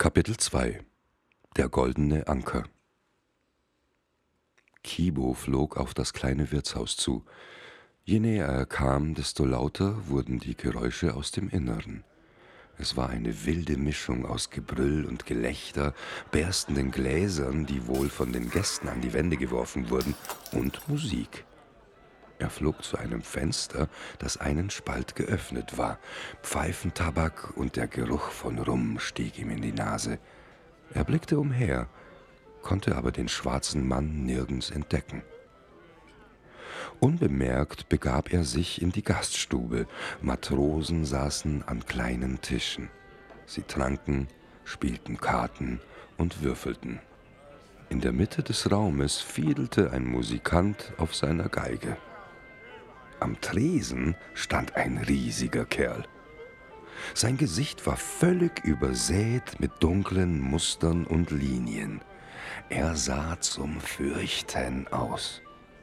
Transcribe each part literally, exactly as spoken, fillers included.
Kapitel zwei Der goldene Anker. Kibo flog auf das kleine Wirtshaus zu. Je näher er kam, desto lauter wurden die Geräusche aus dem Inneren. Es war eine wilde Mischung aus Gebrüll und Gelächter, berstenden Gläsern, die wohl von den Gästen an die Wände geworfen wurden, und Musik. Er flog zu einem Fenster, das einen Spalt geöffnet war. Pfeifentabak und der Geruch von Rum stieg ihm in die Nase. Er blickte umher, konnte aber den schwarzen Mann nirgends entdecken. Unbemerkt begab er sich in die Gaststube. Matrosen saßen an kleinen Tischen. Sie tranken, spielten Karten und würfelten. In der Mitte des Raumes fiedelte ein Musikant auf seiner Geige. Am Tresen stand ein riesiger Kerl. Sein Gesicht war völlig übersät mit dunklen Mustern und Linien. Er sah zum Fürchten aus.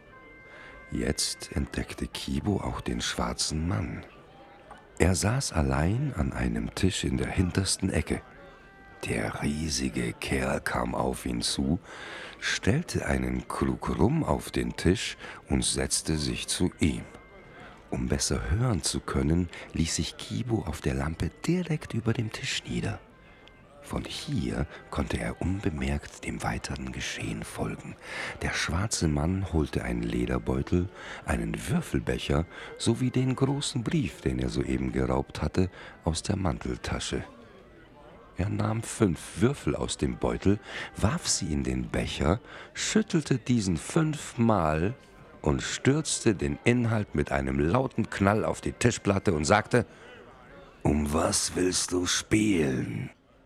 Jetzt entdeckte Kibo auch den schwarzen Mann. Er saß allein an einem Tisch in der hintersten Ecke. Der riesige Kerl kam auf ihn zu, stellte einen Krug Rum auf den Tisch und setzte sich zu ihm. Um besser hören zu können, ließ sich Kibo auf der Lampe direkt über dem Tisch nieder. Von hier konnte er unbemerkt dem weiteren Geschehen folgen. Der schwarze Mann holte einen Lederbeutel, einen Würfelbecher sowie den großen Brief, den er soeben geraubt hatte, aus der Manteltasche. Er nahm fünf Würfel aus dem Beutel, warf sie in den Becher, schüttelte diesen fünfmal und stürzte den Inhalt mit einem lauten Knall auf die Tischplatte und sagte: »Um was willst du spielen?«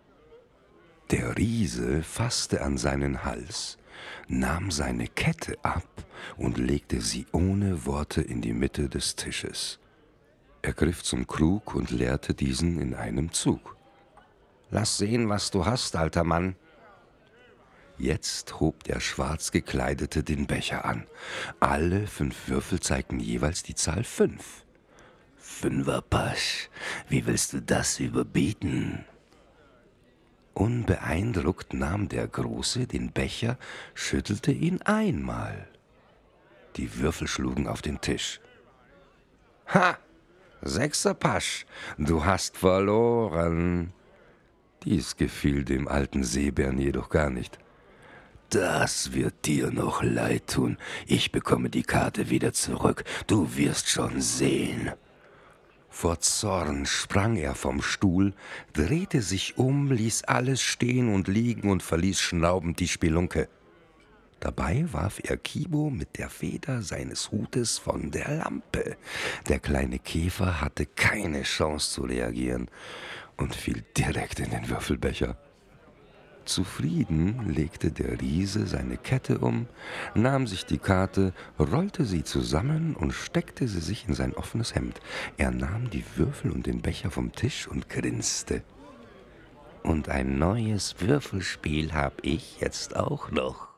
Der Riese fasste an seinen Hals, nahm seine Kette ab und legte sie ohne Worte in die Mitte des Tisches. Er griff zum Krug und leerte diesen in einem Zug. »Lass sehen, was du hast, alter Mann.« Jetzt hob der Schwarz-Gekleidete den Becher an. Alle fünf Würfel zeigten jeweils die Zahl fünf. »Fünferpasch, wie willst du das überbieten?« Unbeeindruckt nahm der Große den Becher, schüttelte ihn einmal. Die Würfel schlugen auf den Tisch. »Ha! Sechserpasch, du hast verloren!« Dies gefiel dem alten Seebären jedoch gar nicht. »Das wird dir noch leid tun. Ich bekomme die Karte wieder zurück. Du wirst schon sehen.« Vor Zorn sprang er vom Stuhl, drehte sich um, ließ alles stehen und liegen und verließ schnaubend die Spelunke. Dabei warf er Kibo mit der Feder seines Hutes von der Lampe. Der kleine Käfer hatte keine Chance zu reagieren und fiel direkt in den Würfelbecher. Zufrieden legte der Riese seine Kette um, nahm sich die Karte, rollte sie zusammen und steckte sie sich in sein offenes Hemd. Er nahm die Würfel und den Becher vom Tisch und grinste. »Und ein neues Würfelspiel hab ich jetzt auch noch.«